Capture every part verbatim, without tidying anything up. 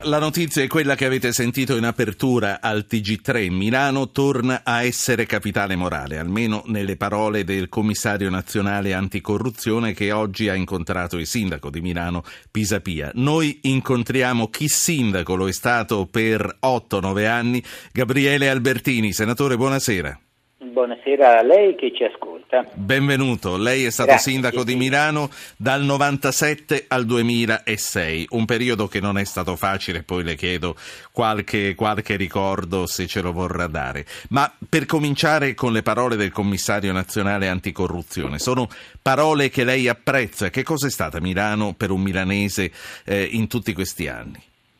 La notizia è quella che avete sentito in apertura al T G tre. Milano torna a essere capitale morale, almeno nelle parole del commissario nazionale anticorruzione che oggi ha incontrato il sindaco di Milano, Pisapia. Noi incontriamo chi sindaco lo è stato per otto nove anni, Gabriele Albertini. Senatore, buonasera. Buonasera a lei che ci ascolta. Benvenuto, lei è stato Grazie, sindaco sì. di Milano dal novantasette al duemilasei, un periodo che non è stato facile, poi le chiedo qualche, qualche ricordo se ce lo vorrà dare. Ma per cominciare con le parole del commissario nazionale anticorruzione, sono parole che lei apprezza. Che cosa è stata Milano per un milanese eh, in tutti questi anni?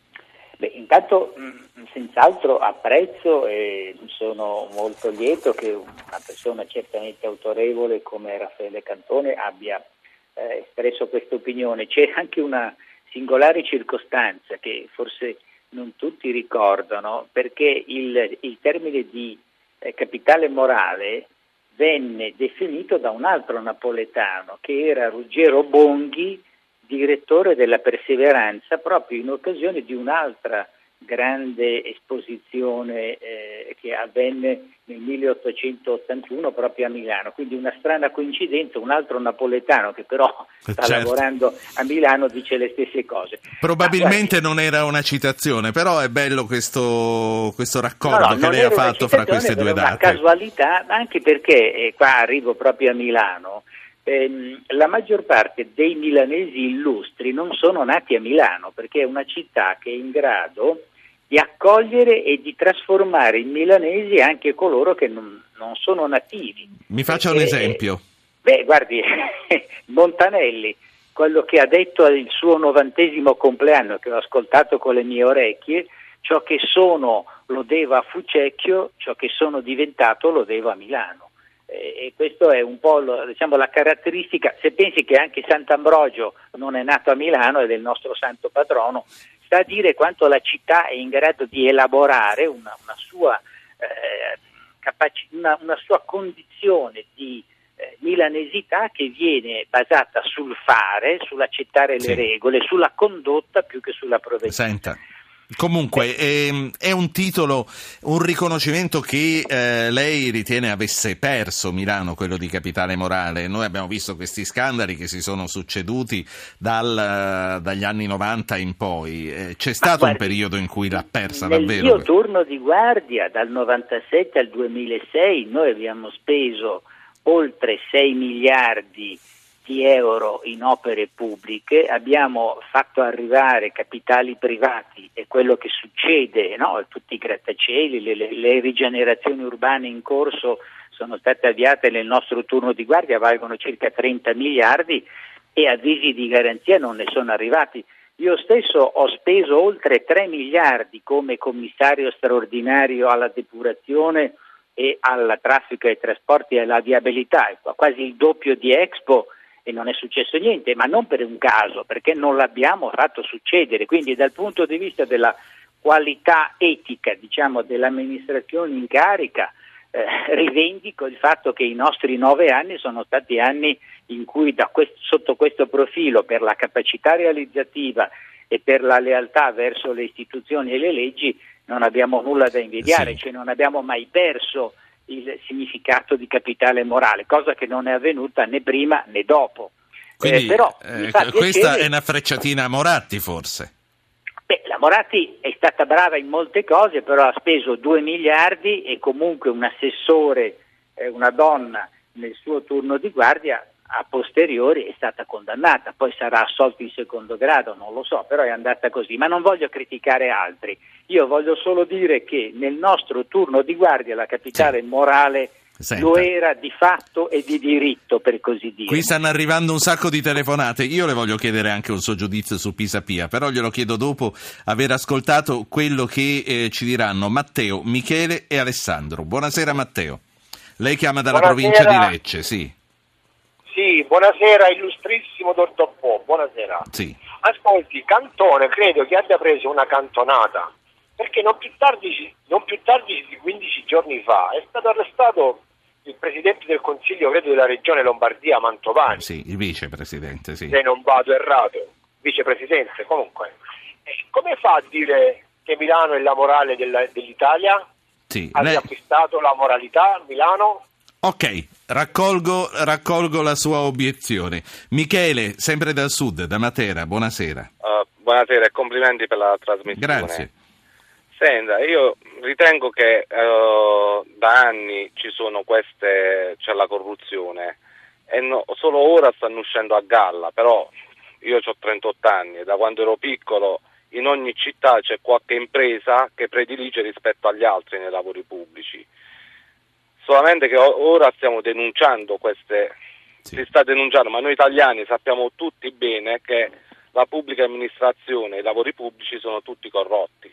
Beh, intanto senz'altro apprezzo e sono molto lieto che una persona certamente autorevole come Raffaele Cantone abbia eh, espresso questa opinione. C'è anche una singolare circostanza che forse non tutti ricordano, perché il, il termine di eh, capitale morale venne definito da un altro napoletano che era Ruggero Bonghi, direttore della Perseveranza, proprio in occasione di un'altra grande esposizione eh, che avvenne nel milleottocentottantuno proprio a Milano. Quindi una strana coincidenza, un altro napoletano che però sta certo. lavorando a Milano dice le stesse cose. Probabilmente Ma, non era una citazione, però è bello questo, questo raccordo no, no, che lei ha fatto fra queste due date. È una casualità, anche perché, e qua arrivo proprio a Milano, ehm, la maggior parte dei milanesi illustri non sono nati a Milano, perché è una città che è in grado di accogliere e di trasformare in milanesi anche coloro che non, non sono nativi. Mi faccia perché, un esempio. Beh, guardi, Montanelli, quello che ha detto al suo novantesimo compleanno, che ho ascoltato con le mie orecchie, ciò che sono lo devo a Fucecchio, ciò che sono diventato lo devo a Milano. E questo è un po' lo, diciamo, la caratteristica. Se pensi che anche Sant'Ambrogio non è nato a Milano, è del nostro santo patrono, sta a dire quanto la città è in grado di elaborare una, una sua eh, capaci- una, una sua condizione di eh, milanesità che viene basata sul fare, sull'accettare Sì. le regole, sulla condotta più che sulla provenienza. Senta. Comunque è, è un titolo, un riconoscimento che eh, lei ritiene avesse perso Milano, quello di capitale morale. Noi abbiamo visto questi scandali che si sono succeduti dal, dagli anni novanta in poi. Eh, c'è stato guardi, un periodo in cui l'ha persa nel davvero? Nel mio turno di guardia, dal novantasette al duemilasei, noi abbiamo speso oltre sei miliardi di euro in opere pubbliche, abbiamo fatto arrivare capitali privati, e quello che succede, no? Tutti i grattacieli, le, le, le rigenerazioni urbane in corso sono state avviate nel nostro turno di guardia, valgono circa trenta miliardi e avvisi di garanzia non ne sono arrivati. Io stesso ho speso oltre tre miliardi come commissario straordinario alla depurazione e al traffico ai trasporti e alla viabilità, quasi il doppio di Expo, e non è successo niente, ma non per un caso, perché non l'abbiamo fatto succedere. Quindi dal punto di vista della qualità etica, diciamo, dell'amministrazione in carica, eh, rivendico il fatto che i nostri nove anni sono stati anni in cui da questo, sotto questo profilo, per la capacità realizzativa e per la lealtà verso le istituzioni e le leggi, non abbiamo nulla da invidiare, sì. Cioè non abbiamo mai perso il significato di capitale morale, cosa che non è avvenuta né prima né dopo. Quindi, eh, però, eh, questa è una frecciatina a Moratti, forse? Beh, la Moratti è stata brava in molte cose, però ha speso due miliardi e comunque un assessore, eh, una donna nel suo turno di guardia, a posteriori è stata condannata, poi sarà assolta in secondo grado, non lo so, però è andata così. Ma non voglio criticare altri, io voglio solo dire che nel nostro turno di guardia la capitale morale Senta. Lo era di fatto e di diritto, per così dire. Qui stanno arrivando un sacco di telefonate, io le voglio chiedere anche un suo giudizio su Pisapia, però glielo chiedo dopo aver ascoltato quello che eh, ci diranno Matteo, Michele e Alessandro. Buonasera Matteo, lei chiama dalla buonasera. Provincia di Lecce, sì. Sì, buonasera illustrissimo dottor Po, buonasera. Sì. Ascolti, Cantone credo che abbia preso una cantonata, perché non più tardi, non più tardi di quindici giorni fa è stato arrestato il Presidente del Consiglio, credo, della Regione Lombardia, Mantovani. Sì, il Vicepresidente, sì. Se non vado errato, Vicepresidente, comunque. come fa a dire che Milano è la morale della, dell'Italia? Sì, ha lei... riacquistato la moralità a Milano? Ok, raccolgo, raccolgo la sua obiezione. Michele, sempre dal sud, da Matera, buonasera. Uh, buonasera e complimenti per la trasmissione. Grazie. Senta, io ritengo che uh, da anni ci sono queste, c'è la corruzione e no, solo ora stanno uscendo a galla, però io ho trentotto anni e da quando ero piccolo in ogni città c'è qualche impresa che predilige rispetto agli altri nei lavori pubblici. Solamente che ora stiamo denunciando queste, sì. si sta denunciando, ma noi italiani sappiamo tutti bene che la pubblica amministrazione e i lavori pubblici sono tutti corrotti.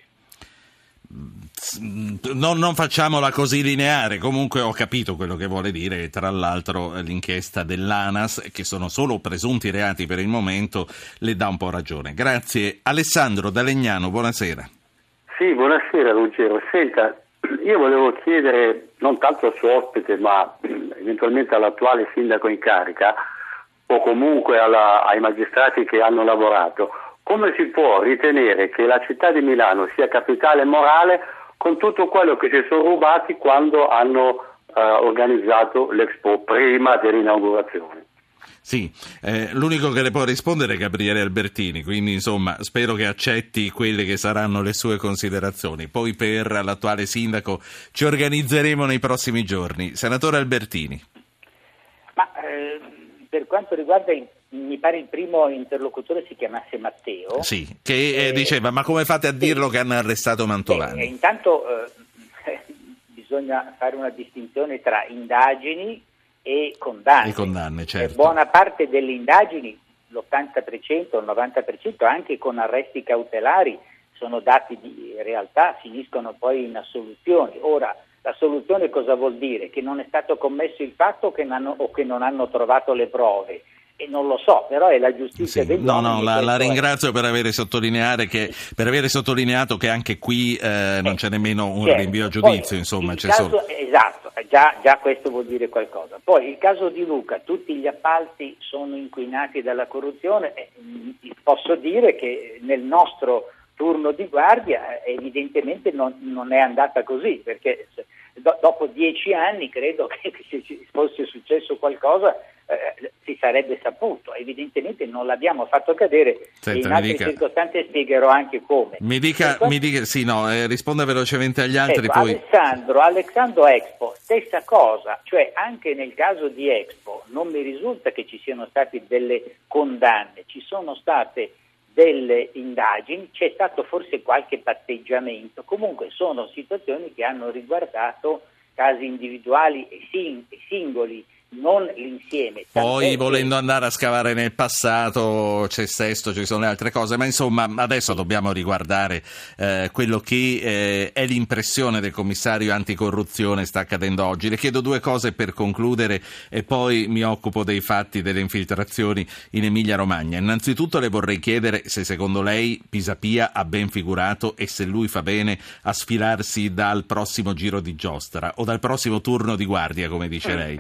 Non, non facciamola così lineare, comunque ho capito quello che vuole dire, tra l'altro l'inchiesta dell'ANAS, che sono solo presunti reati per il momento, le dà un po' ragione. Grazie. Alessandro da Legnano, buonasera. Sì, buonasera Ruggero. Senta, io volevo chiedere non tanto al suo ospite ma eventualmente all'attuale sindaco in carica o comunque alla, ai magistrati che hanno lavorato, come si può ritenere che la città di Milano sia capitale morale con tutto quello che ci sono rubati quando hanno eh, organizzato l'Expo prima dell'inaugurazione? Sì, eh, l'unico che le può rispondere è Gabriele Albertini, quindi insomma spero che accetti quelle che saranno le sue considerazioni. Poi per l'attuale sindaco ci organizzeremo nei prossimi giorni. Senatore Albertini. Ma eh, per quanto riguarda, il, mi pare il primo interlocutore si chiamasse Matteo. Sì, che eh, diceva ma come fate a dirlo sì. che hanno arrestato Mantovani? Eh, intanto eh, bisogna fare una distinzione tra indagini e condanne. E condanne, certo. E buona parte delle indagini, l'ottanta per cento, il novanta per cento, anche con arresti cautelari, sono dati di realtà, finiscono poi in assoluzioni. Ora, l'assoluzione cosa vuol dire? Che non è stato commesso il fatto che hanno, o che non hanno trovato le prove? E non lo so, però è la giustizia sì, degli no, uomini. No, la, la ringrazio è... per aver sottolineare che per aver sottolineato che anche qui eh, non eh, c'è nemmeno un certo. rinvio a giudizio, Poi, insomma, c'è caso, solo. Esatto, già, già questo vuol dire qualcosa. Poi il caso di Luca, tutti gli appalti sono inquinati dalla corruzione, eh, posso dire che nel nostro turno di guardia evidentemente non, non è andata così, perché do, dopo dieci anni credo che, che se ci fosse successo qualcosa eh, si sarebbe saputo. Evidentemente non l'abbiamo fatto cadere. Senta, e in altre dica, circostanze spiegherò anche come. Mi dica, mi dica sì, no, eh, risponda velocemente agli altri. Ecco, poi... Alessandro, Alexandro Expo, stessa cosa, cioè anche nel caso di Expo non mi risulta che ci siano state delle condanne, ci sono state delle indagini, c'è stato forse qualche patteggiamento, comunque sono situazioni che hanno riguardato casi individuali e, sing- e singoli, non l'insieme. Poi che... volendo andare a scavare nel passato c'è Sesto, ci sono le altre cose, ma insomma adesso dobbiamo riguardare eh, quello che eh, è l'impressione del commissario anticorruzione sta accadendo oggi. Le chiedo due cose per concludere e poi mi occupo dei fatti delle infiltrazioni in Emilia Romagna. Innanzitutto le vorrei chiedere se secondo lei Pisapia ha ben figurato e se lui fa bene a sfilarsi dal prossimo giro di giostra o dal prossimo turno di guardia, come dice lei.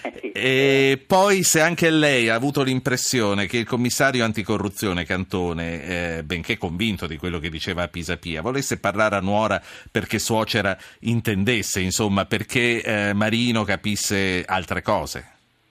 E poi se anche lei ha avuto l'impressione che il commissario anticorruzione Cantone, eh, benché convinto di quello che diceva Pisapia, volesse parlare a nuora perché suocera intendesse, insomma, perché eh, Marino capisse altre cose.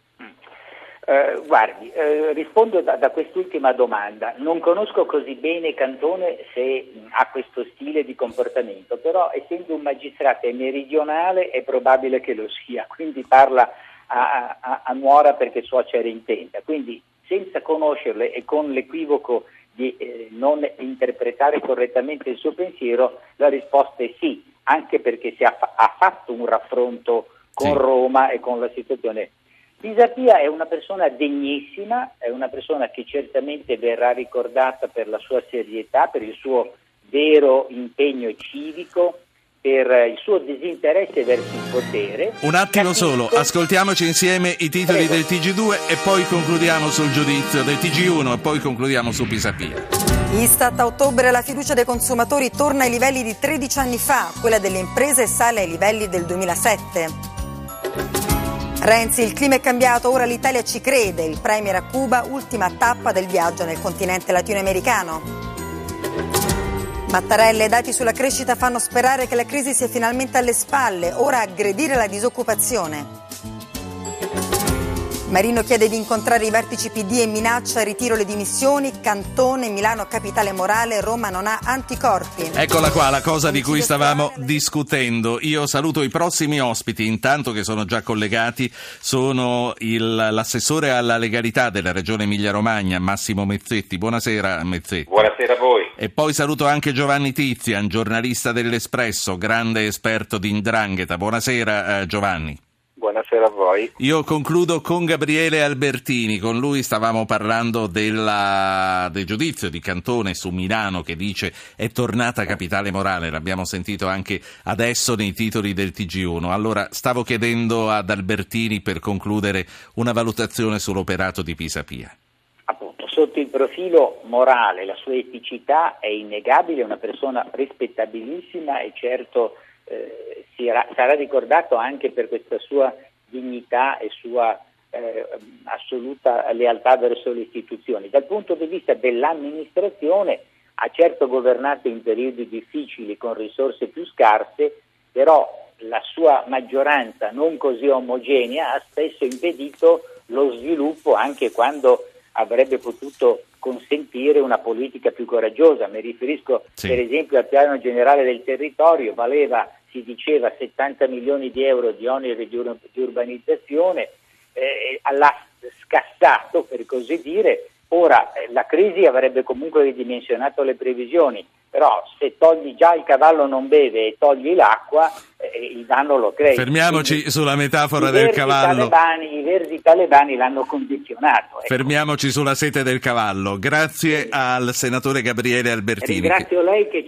Eh, guardi, eh, rispondo da, da quest'ultima domanda. Non conosco così bene Cantone se mh, ha questo stile di comportamento, però essendo un magistrato meridionale è probabile che lo sia, quindi parla A, a, a nuora perché suocera intenda, quindi senza conoscerle e con l'equivoco di eh, non interpretare correttamente il suo pensiero, la risposta è sì, anche perché si ha, ha fatto un raffronto con sì. Roma e con la situazione. Pisapia è una persona degnissima, è una persona che certamente verrà ricordata per la sua serietà, per il suo vero impegno civico, per il suo disinteresse verso il potere. Un attimo Capisco. solo, ascoltiamoci insieme i titoli Prego. del T G due e poi concludiamo sul giudizio del T G uno e poi concludiamo su Pisapia. Istat a ottobre la fiducia dei consumatori torna ai livelli di tredici anni fa, quella delle imprese sale ai livelli del duemilasette. Renzi, il clima è cambiato, ora l'Italia ci crede, il premier a Cuba, ultima tappa del viaggio nel continente latinoamericano. Mattarella, i dati sulla crescita fanno sperare che la crisi sia finalmente alle spalle, ora aggredire la disoccupazione. Marino chiede di incontrare i vertici P D e minaccia ritiro le dimissioni. Cantone, Milano capitale morale, Roma non ha anticorpi. Eccola qua la cosa di cui stavamo discutendo. Io saluto i prossimi ospiti, intanto che sono già collegati, sono il, l'assessore alla legalità della regione Emilia-Romagna, Massimo Mezzetti. Buonasera Mezzetti. Buonasera a voi. E poi saluto anche Giovanni Tizian, giornalista dell'Espresso, grande esperto di 'ndrangheta. Buonasera eh, Giovanni. Buonasera a voi. Io concludo con Gabriele Albertini, con lui stavamo parlando della, del giudizio di Cantone su Milano che dice è tornata capitale morale, l'abbiamo sentito anche adesso nei titoli del T G uno. Allora stavo chiedendo ad Albertini per concludere una valutazione sull'operato di Pisapia. Appunto, sotto il profilo morale la sua eticità è innegabile, è una persona rispettabilissima e certo Eh, sarà, sarà ricordato anche per questa sua dignità e sua eh, assoluta lealtà verso le istituzioni. Dal punto di vista dell'amministrazione ha certo governato in periodi difficili con risorse più scarse, però la sua maggioranza non così omogenea ha spesso impedito lo sviluppo anche quando avrebbe potuto consentire una politica più coraggiosa. Mi riferisco sì. per esempio al piano generale del territorio, valeva, si diceva, settanta milioni di euro di oneri di, ur- di urbanizzazione, eh, l'ha scassato per così dire. Ora eh, la crisi avrebbe comunque ridimensionato le previsioni, però se togli già il cavallo non beve e togli l'acqua, eh, il danno lo crei. Fermiamoci Quindi, sulla metafora i del cavallo. Talebani, I verdi talebani l'hanno condizionato. Ecco. Fermiamoci sulla sete del cavallo. Grazie sì. al senatore Gabriele Albertini. Ringrazio lei che